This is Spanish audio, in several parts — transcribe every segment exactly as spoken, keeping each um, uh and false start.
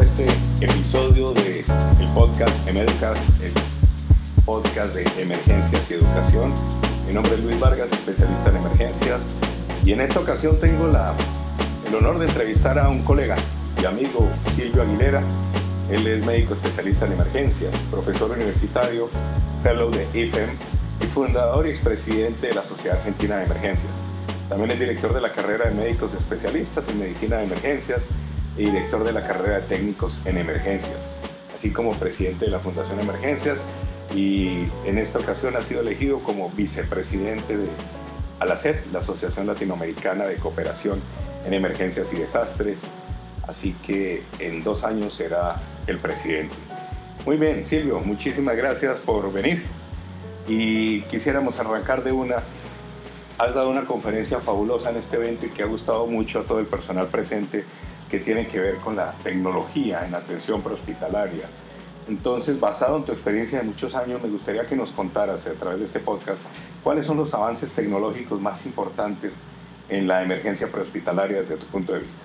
este episodio de el podcast Emercast, el podcast de emergencias y educación. Mi nombre es Luis Vargas, especialista en emergencias, y en esta ocasión tengo la, el honor de entrevistar a un colega y amigo, Silvio Aguilera. Él es médico especialista en emergencias, profesor universitario, fellow de I F E M y fundador y expresidente de la Sociedad Argentina de Emergencias. También es director de la carrera de médicos especialistas en medicina de emergencias y director de la carrera de técnicos en emergencias, así como presidente de la Fundación Emergencias, y en esta ocasión ha sido elegido como vicepresidente de ALACET, la Asociación Latinoamericana de Cooperación en Emergencias y Desastres, así que en dos años será el presidente. Muy bien, Silvio, muchísimas gracias por venir, y quisiéramos arrancar de una. Has dado una conferencia fabulosa en este evento y que ha gustado mucho a todo el personal presente, que tiene que ver con la tecnología en atención prehospitalaria. Entonces, basado en tu experiencia de muchos años, me gustaría que nos contaras a través de este podcast cuáles son los avances tecnológicos más importantes en la emergencia prehospitalaria desde tu punto de vista.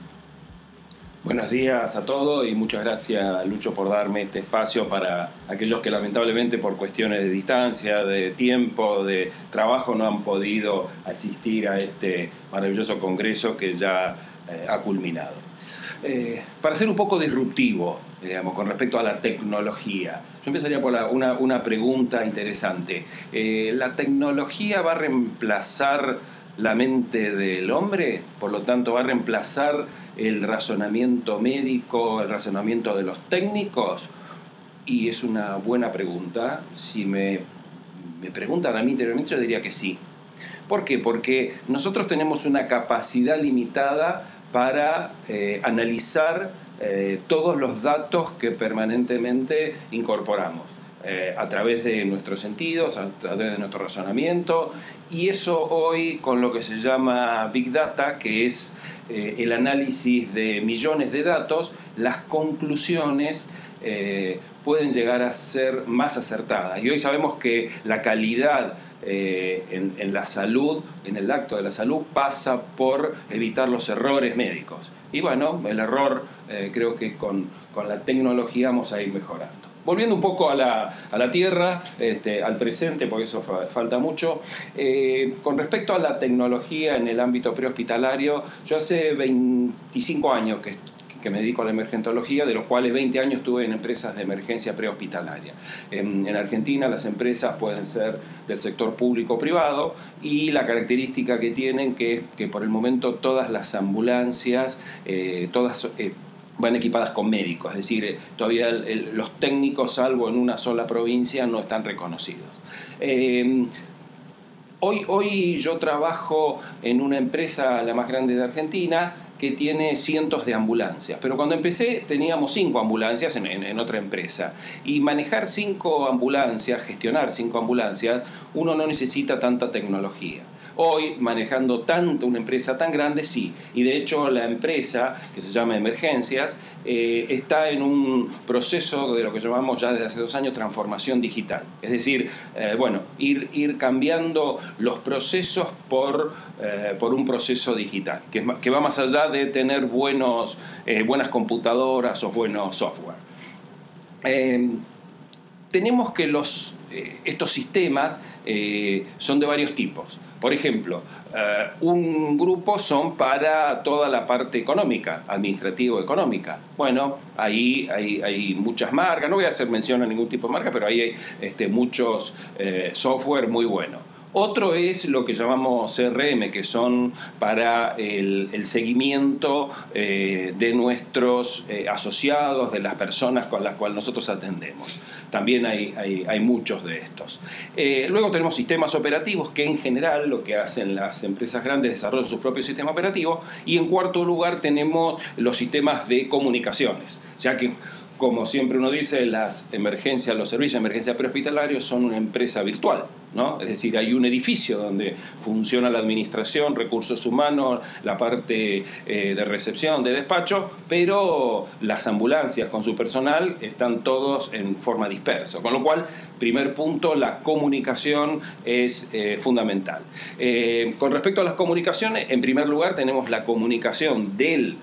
Buenos días a todos y muchas gracias, Lucho, por darme este espacio para aquellos que lamentablemente por cuestiones de distancia, de tiempo, de trabajo no han podido asistir a este maravilloso congreso que ya eh, ha culminado. Eh, para ser un poco disruptivo, digamos, con respecto a la tecnología, yo empezaría por la, una, una pregunta interesante. Eh, ¿La tecnología va a reemplazar la mente del hombre? Por lo tanto, ¿va a reemplazar el razonamiento médico, el razonamiento de los técnicos? Y es una buena pregunta. Si me, me preguntan a mí interiormente, yo diría que sí. ¿Por qué? Porque nosotros tenemos una capacidad limitada para eh, analizar eh, todos los datos que permanentemente incorporamos. Eh, a través de nuestros sentidos, a través de nuestro razonamiento, y eso hoy con lo que se llama Big Data, que es eh, el análisis de millones de datos, las conclusiones eh, pueden llegar a ser más acertadas. Y hoy sabemos que la calidad eh, en, en la salud, en el acto de la salud, pasa por evitar los errores médicos. Y bueno, el error eh, creo que con, con la tecnología vamos a ir mejorando. Volviendo un poco a la, a la tierra, este, al presente, porque eso fa, falta mucho, eh, con respecto a la tecnología en el ámbito prehospitalario, yo hace veinticinco años que, que me dedico a la emergentología, de los cuales veinte años estuve en empresas de emergencia prehospitalaria. En, en Argentina las empresas pueden ser del sector público o privado, y la característica que tienen que es que por el momento todas las ambulancias, eh, todas... Eh, van equipadas con médicos, es decir, todavía el, el, los técnicos, salvo en una sola provincia, no están reconocidos. Eh, hoy, hoy yo trabajo en una empresa, la más grande de Argentina, que tiene cientos de ambulancias, pero cuando empecé teníamos cinco ambulancias en, en, en otra empresa, y manejar cinco ambulancias, gestionar cinco ambulancias, uno no necesita tanta tecnología. Hoy, manejando tanto una empresa tan grande, sí. Y de hecho la empresa, que se llama Emergencias, eh, está en un proceso de lo que llamamos ya desde hace dos años transformación digital. Es decir, eh, bueno, ir, ir cambiando los procesos por, eh, por un proceso digital, que, es, que va más allá de tener buenos, eh, buenas computadoras o buenos software. Eh, tenemos que los, eh, estos sistemas eh, son de varios tipos. Por ejemplo, uh, un grupo son para toda la parte económica, administrativo-económica. Bueno, ahí hay, hay muchas marcas, no voy a hacer mención a ningún tipo de marca, pero ahí hay este, muchos eh, software muy buenos. Otro es lo que llamamos C R M, que son para el, el seguimiento eh, de nuestros eh, asociados, de las personas con las cuales nosotros atendemos. También hay, hay, hay muchos de estos. Eh, luego tenemos sistemas operativos, que en general lo que hacen las empresas grandes desarrollan sus propios sistemas operativos. Y en cuarto lugar tenemos los sistemas de comunicaciones, ya que, como siempre uno dice, las emergencias, los servicios de emergencia prehospitalarios son una empresa virtual, ¿no? Es decir, hay un edificio donde funciona la administración, recursos humanos, la parte eh, de recepción, de despacho, pero las ambulancias con su personal están todos en forma dispersa. Con lo cual, primer punto, la comunicación es eh, fundamental. Eh, con respecto a las comunicaciones, en primer lugar tenemos la comunicación del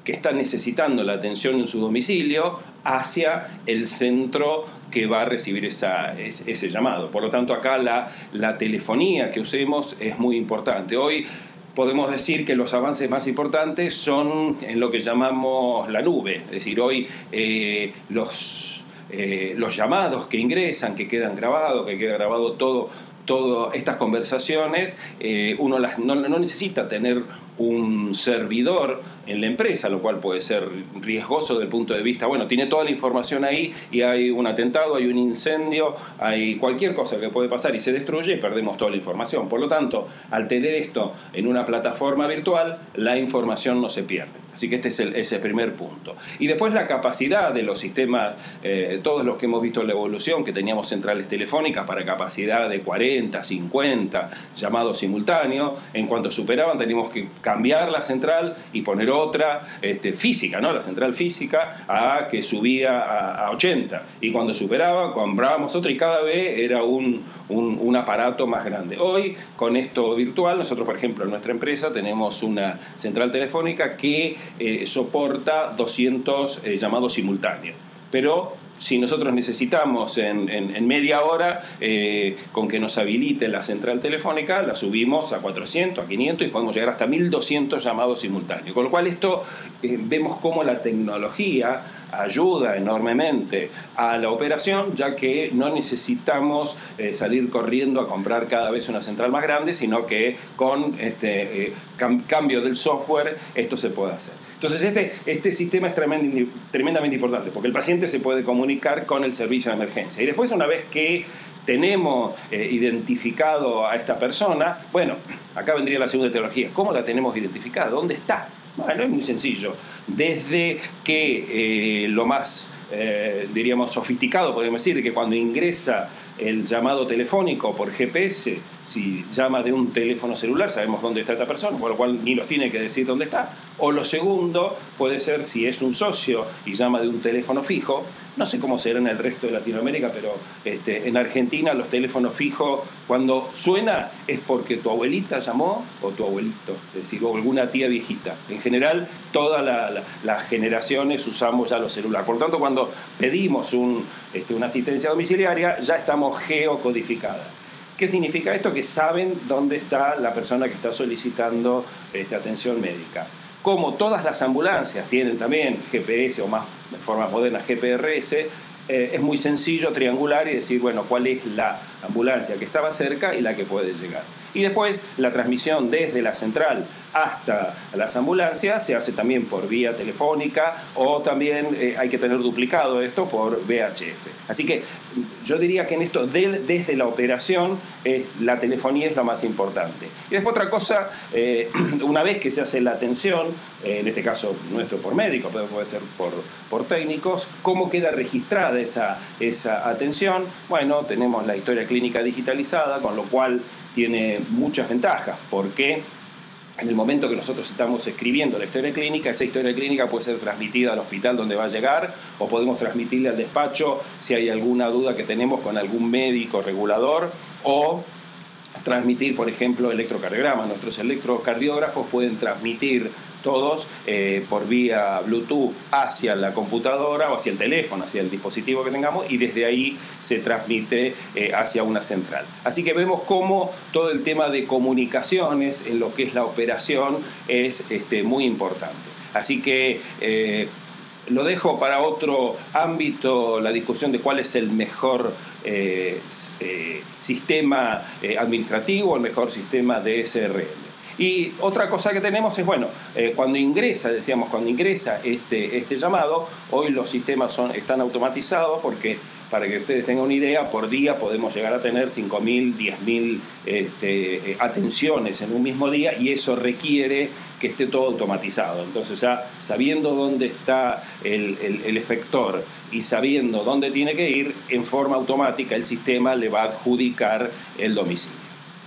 que está necesitando la atención en su domicilio hacia el centro que va a recibir esa, ese, ese llamado. Por lo tanto, acá la, la telefonía que usemos es muy importante. Hoy podemos decir que los avances más importantes son en lo que llamamos la nube. Es decir, hoy eh, los, eh, los llamados que ingresan, que quedan grabados, que queda grabado todo, todas estas conversaciones, eh, uno las, no, no necesita tener un servidor en la empresa, lo cual puede ser riesgoso desde el punto de vista, bueno, tiene toda la información ahí y hay un atentado, hay un incendio, hay cualquier cosa que puede pasar y se destruye y perdemos toda la información. Por lo tanto, al tener esto en una plataforma virtual, la información no se pierde. Así que este es el, ese primer punto. Y después la capacidad de los sistemas, eh, todos los que hemos visto en la evolución, que teníamos centrales telefónicas para capacidad de cuarenta, cincuenta llamados simultáneos, en cuanto superaban teníamos que cambiar la central y poner otra este, física, ¿no? La central física a que subía a, a ochenta, y cuando superaba comprábamos otra y cada vez era un, un, un aparato más grande. Hoy con esto virtual, nosotros por ejemplo en nuestra empresa tenemos una central telefónica que eh, soporta doscientos eh, llamados simultáneos, pero si nosotros necesitamos en, en, en media hora, eh, con que nos habilite la central telefónica, la subimos a cuatrocientos, a quinientos y podemos llegar hasta mil doscientos llamados simultáneos. Con lo cual esto, eh, vemos cómo la tecnología ayuda enormemente a la operación, ya que no necesitamos eh, salir corriendo a comprar cada vez una central más grande, sino que con este eh, cam- cambio del software esto se puede hacer. Entonces este, este sistema es tremend- tremendamente importante, porque el paciente se puede comunicar con el servicio de emergencia. Y después, una vez que tenemos eh, identificado a esta persona, bueno, acá vendría la segunda tecnología. ¿Cómo la tenemos identificada? ¿Dónde está? Bueno, es muy sencillo. Desde que eh, lo más, eh, diríamos, sofisticado, podemos decir, que cuando ingresa el llamado telefónico por G P S, si llama de un teléfono celular, sabemos dónde está esta persona, por lo cual ni nos tiene que decir dónde está. O lo segundo puede ser si es un socio y llama de un teléfono fijo. No sé cómo será en el resto de Latinoamérica, pero este, en Argentina los teléfonos fijos, cuando suena es porque tu abuelita llamó o tu abuelito, es decir, o alguna tía viejita. En general, todas la, la, las generaciones usamos ya los celulares. Por lo tanto, cuando pedimos un, este, una asistencia domiciliaria, ya estamos geocodificadas. ¿Qué significa esto? Que saben dónde está la persona que está solicitando este, atención médica. Como todas las ambulancias tienen también G P S o más de forma moderna G P R S, eh, es muy sencillo triangular y decir, bueno, cuál es la ambulancia que estaba cerca y la que puede llegar. Y después la transmisión desde la central hasta las ambulancias se hace también por vía telefónica, o también eh, hay que tener duplicado esto por V H F. Así que yo diría que en esto, de, desde la operación, eh, la telefonía es lo más importante. Y después otra cosa, eh, una vez que se hace la atención, eh, en este caso nuestro por médico, pero puede ser por, por técnicos, ¿cómo queda registrada esa, esa atención? Bueno, tenemos la historia clínica digitalizada, con lo cual tiene muchas ventajas, porque en el momento que nosotros estamos escribiendo la historia clínica, esa historia clínica puede ser transmitida al hospital donde va a llegar, o podemos transmitirle al despacho si hay alguna duda que tenemos con algún médico regulador, o transmitir, por ejemplo, electrocardiograma. Nuestros electrocardiógrafos pueden transmitir todos eh, por vía Bluetooth hacia la computadora o hacia el teléfono, hacia el dispositivo que tengamos, y desde ahí se transmite eh, hacia una central. Así que vemos cómo todo el tema de comunicaciones en lo que es la operación es este, muy importante. Así que eh, lo dejo para otro ámbito, la discusión de cuál es el mejor eh, eh, sistema eh, administrativo, el mejor sistema de S R M. Y otra cosa que tenemos es, bueno, eh, cuando ingresa, decíamos, cuando ingresa este, este llamado, hoy los sistemas son, están automatizados porque, para que ustedes tengan una idea, por día podemos llegar a tener cinco mil, diez mil este, eh, atenciones en un mismo día, y eso requiere que esté todo automatizado. Entonces ya sabiendo dónde está el, el, el efector y sabiendo dónde tiene que ir, en forma automática el sistema le va a adjudicar el domicilio.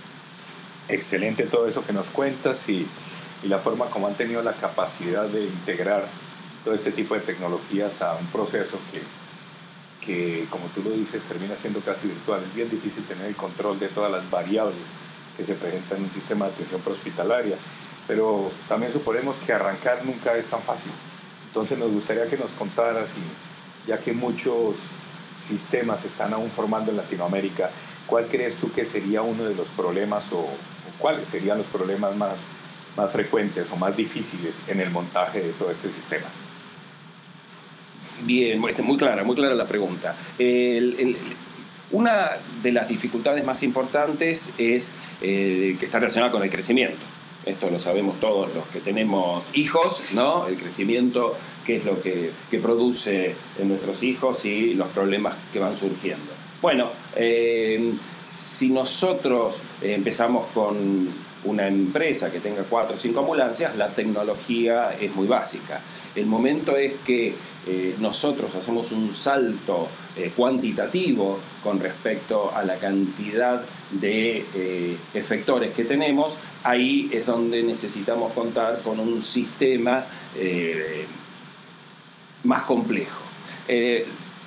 Excelente todo eso que nos cuentas y, y la forma como han tenido la capacidad de integrar todo este tipo de tecnologías a un proceso que, que, como tú lo dices, termina siendo casi virtual. Es bien difícil tener el control de todas las variables que se presentan en un sistema de atención prehospitalaria. pero también suponemos que arrancar nunca es tan fácil. Entonces nos gustaría que nos contaras, y ya que muchos sistemas se están aún formando en Latinoamérica, ¿cuál crees tú que sería uno de los problemas o, o cuáles serían los problemas más, más frecuentes o más difíciles en el montaje de todo este sistema? Bien, muy clara, muy clara la pregunta. El, el, una de las dificultades más importantes es eh, que está relacionada con el crecimiento. Esto lo sabemos todos los que tenemos hijos, ¿no? El crecimiento, qué es lo que, que produce en nuestros hijos y los problemas que van surgiendo. Bueno, eh, si nosotros empezamos con una empresa que tenga cuatro o cinco ambulancias, la tecnología es muy básica. El momento es que eh, nosotros hacemos un salto eh, cuantitativo con respecto a la cantidad de eh, efectores que tenemos. Ahí es donde necesitamos contar con un sistema eh, más complejo. Eh,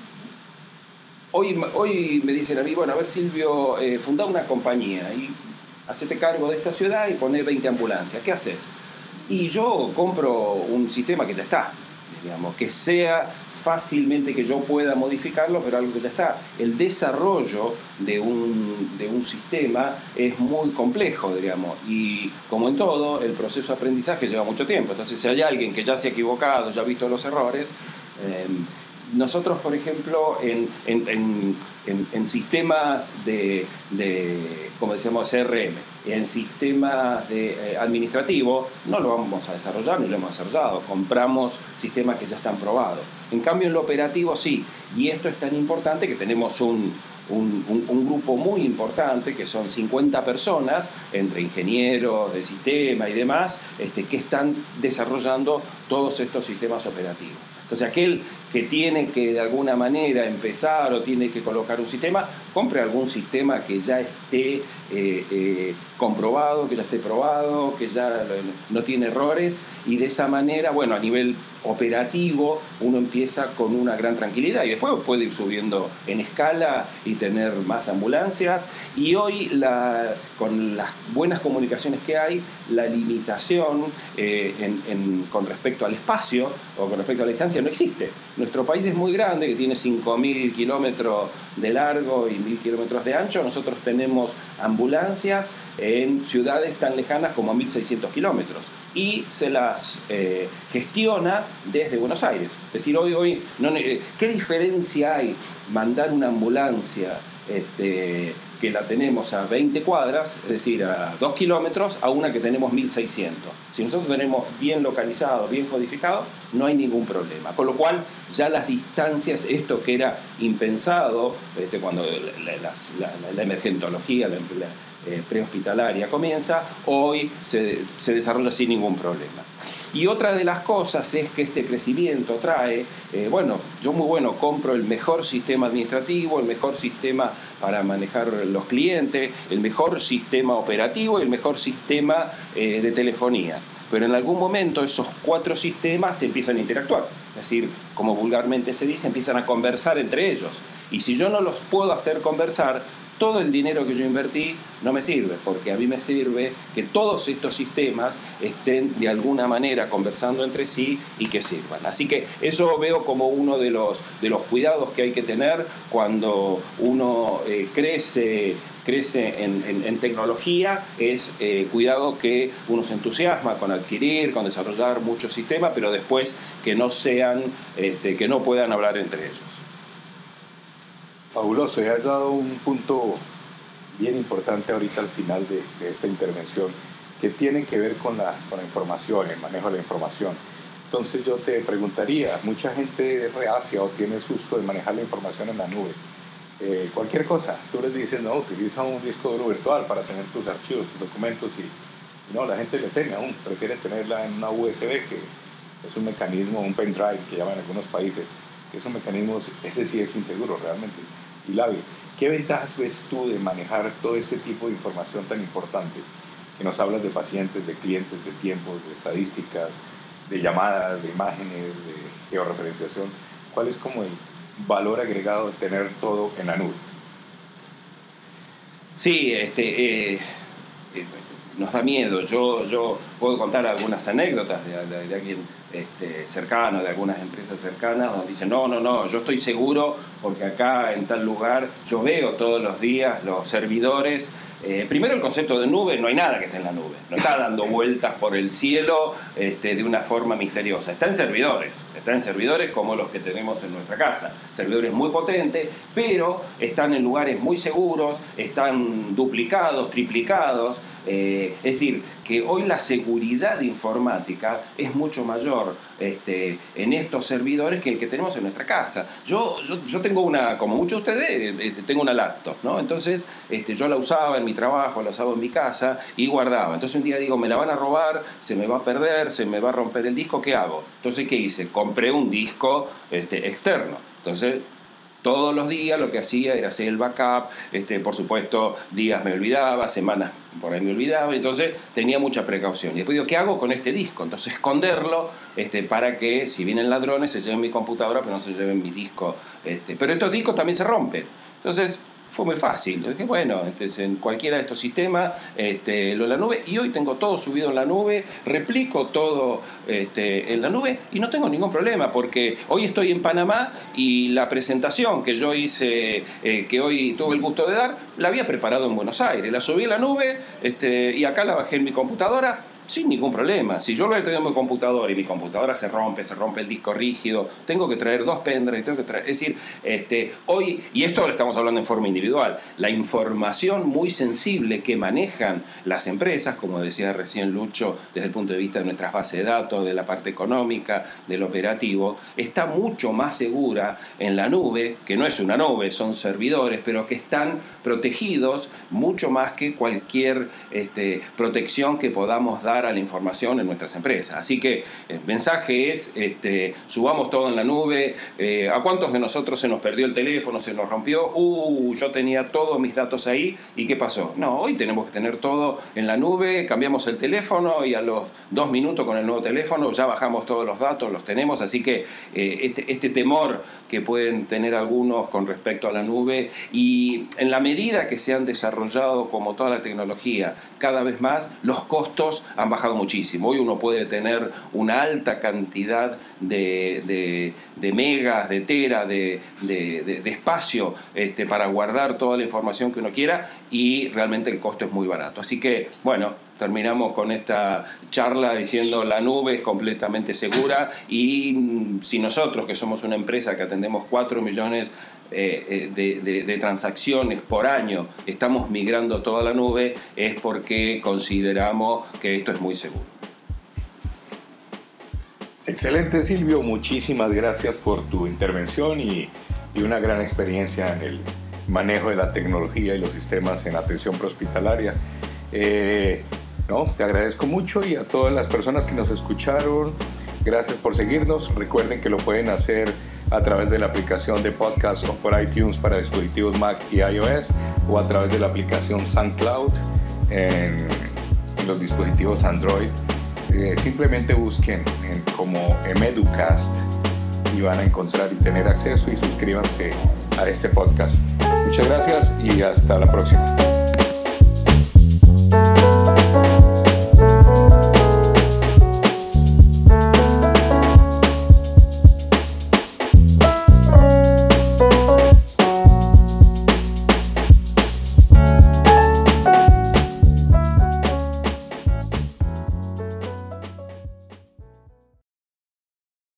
hoy, hoy me dicen a mí, bueno, a ver Silvio, eh, fundá una compañía y hacete cargo de esta ciudad y poné veinte ambulancias. ¿Qué haces? Y yo compro un sistema que ya está, digamos, que sea fácilmente que yo pueda modificarlo, pero algo que ya está. El desarrollo de un, de un sistema es muy complejo, digamos, y como en todo, el proceso de aprendizaje lleva mucho tiempo. Entonces, si hay alguien que ya se ha equivocado, ya ha visto los errores, eh, nosotros, por ejemplo, en, en, en, en, en sistemas de, de, como decíamos, C R M, en sistemas de, eh, administrativos, no lo vamos a desarrollar ni lo hemos desarrollado. Compramos sistemas que ya están probados. En cambio, en lo operativo sí. Y esto es tan importante que tenemos un, un, un, un grupo muy importante, que son cincuenta personas, entre ingenieros de sistema y demás, este, que están desarrollando todos estos sistemas operativos. Entonces, aquel que tiene que de alguna manera empezar o tiene que colocar un sistema, compre algún sistema que ya esté eh, eh, comprobado, que ya esté probado, que ya no tiene errores, y de esa manera, bueno, a nivel operativo uno empieza con una gran tranquilidad y después puede ir subiendo en escala y tener más ambulancias. Y hoy, la, con las buenas comunicaciones que hay, la limitación eh, en, en, con respecto al espacio o con respecto a la distancia no existe. Nuestro país es muy grande, que tiene cinco mil kilómetros de largo y mil kilómetros de ancho. Nosotros tenemos ambulancias en ciudades tan lejanas como a mil seiscientos kilómetros y se las eh, gestiona desde Buenos Aires. Es decir, hoy, hoy no, eh, ¿qué diferencia hay mandar una ambulancia este, que la tenemos a veinte cuadras, es decir, a dos kilómetros, a una que tenemos mil seiscientos? Si nosotros tenemos bien localizado, bien codificado, no hay ningún problema. Con lo cual, ya las distancias, esto que era impensado, este, cuando la, la, la, la emergentología, la, la eh, prehospitalaria comienza, hoy se, se desarrolla sin ningún problema. Y otra de las cosas es que este crecimiento trae, eh, bueno, yo muy bueno, compro el mejor sistema administrativo, el mejor sistema para manejar los clientes, el mejor sistema operativo y el mejor sistema eh, de telefonía. Pero en algún momento esos cuatro sistemas empiezan a interactuar. Es decir, como vulgarmente se dice, empiezan a conversar entre ellos. Y si yo no los puedo hacer conversar, todo el dinero que yo invertí no me sirve, porque a mí me sirve que todos estos sistemas estén de alguna manera conversando entre sí y que sirvan. Así que eso veo como uno de los, de los cuidados que hay que tener cuando uno eh, crece, crece en, en, en tecnología, es eh, cuidado que uno se entusiasma con adquirir, con desarrollar muchos sistemas, pero después que no sean, este, que no puedan hablar entre ellos. Fabuloso, ya has dado un punto bien importante ahorita al final de, de esta intervención, que tiene que ver con la, con la información, el manejo de la información. Entonces yo te preguntaría, mucha gente es reacia o tiene susto de manejar la información en la nube. Eh, cualquier cosa, tú les dices, no, utiliza un disco duro virtual para tener tus archivos, tus documentos, y, y no, la gente le teme aún, prefiere tenerla en una U S B, que es un mecanismo, un pendrive que llaman en algunos países, que esos mecanismos, ese sí es inseguro realmente y lábil. ¿Qué ventajas ves tú de manejar todo este tipo de información tan importante? Que nos hablas de pacientes, de clientes, de tiempos, de estadísticas, de llamadas, de imágenes, de georreferenciación. ¿Cuál es como el valor agregado de tener todo en la nube? Sí, este, eh, eh, nos da miedo. Yo, yo puedo contar algunas anécdotas de, de, de alguien este, cercano, de algunas empresas cercanas, donde dicen, no, no, no, yo estoy seguro porque acá en tal lugar yo veo todos los días los servidores. Eh, primero, el concepto de nube, no hay nada que esté en la nube, no está dando vueltas por el cielo este, de una forma misteriosa, está en servidores, está en servidores como los que tenemos en nuestra casa, servidores muy potentes, pero están en lugares muy seguros, están duplicados, triplicados. Eh, es decir, que hoy la seguridad informática es mucho mayor este, en estos servidores que el que tenemos en nuestra casa. Yo, yo, yo tengo una, como muchos de ustedes, este, tengo una laptop, ¿no? Entonces este, yo la usaba en mi trabajo, la usaba en mi casa y guardaba. Entonces un día digo, me la van a robar, se me va a perder, se me va a romper el disco, ¿qué hago? Entonces, ¿qué hice? Compré un disco este, externo. Entonces, todos los días lo que hacía era hacer el backup, este, por supuesto, días me olvidaba, semanas por ahí me olvidaba, entonces tenía mucha precaución. Y después digo, ¿qué hago con este disco? Entonces esconderlo este, para que si vienen ladrones se lleven mi computadora, pero no se lleven mi disco. Este. Pero estos discos también se rompen. Entonces fue muy fácil. Dije, bueno, entonces en cualquiera de estos sistemas, este, lo en la nube, y hoy tengo todo subido en la nube, replico todo este, en la nube y no tengo ningún problema, porque hoy estoy en Panamá y la presentación que yo hice, eh, que hoy tuve el gusto de dar, la había preparado en Buenos Aires, la subí en la nube este, y acá la bajé en mi computadora sin ningún problema. Si yo lo he tenido en mi computadora y mi computadora se rompe, se rompe el disco rígido, tengo que traer dos pendrives, tengo que traer, es decir, este, hoy, y esto lo estamos hablando en forma individual, la información muy sensible que manejan las empresas, como decía recién Lucho, desde el punto de vista de nuestras bases de datos, de la parte económica, del operativo, está mucho más segura en la nube, que no es una nube, son servidores, pero que están protegidos mucho más que cualquier este, protección que podamos dar a la información en nuestras empresas. Así que el mensaje es, este, subamos todo en la nube. Eh, ¿A cuántos de nosotros se nos perdió el teléfono, se nos rompió? Uh, yo tenía todos mis datos ahí, ¿y qué pasó? No, hoy tenemos que tener todo en la nube, cambiamos el teléfono y a los dos minutos con el nuevo teléfono ya bajamos todos los datos, los tenemos, así que eh, este, este temor que pueden tener algunos con respecto a la nube, y en la medida que se han desarrollado, como toda la tecnología, cada vez más, los costos han bajado muchísimo. Hoy uno puede tener una alta cantidad de, de, de megas, de tera, de, de, de, de espacio este, para guardar toda la información que uno quiera, y realmente el costo es muy barato. Así que, bueno, terminamos con esta charla diciendo la nube es completamente segura, y si nosotros, que somos una empresa que atendemos cuatro millones eh, de, de, de transacciones por año, estamos migrando toda la nube, es porque consideramos que esto es muy seguro. Excelente, Silvio, muchísimas gracias por tu intervención y, y una gran experiencia en el manejo de la tecnología y los sistemas en atención prehospitalaria. Eh, no, te agradezco mucho, y a todas las personas que nos escucharon, gracias por seguirnos. Recuerden que lo pueden hacer a través de la aplicación de podcast o por iTunes para dispositivos Mac y iOS, o a través de la aplicación SoundCloud en, en los dispositivos Android. Eh, simplemente busquen en, como Emeducast y van a encontrar y tener acceso, y suscríbanse a este podcast. Muchas gracias y hasta la próxima.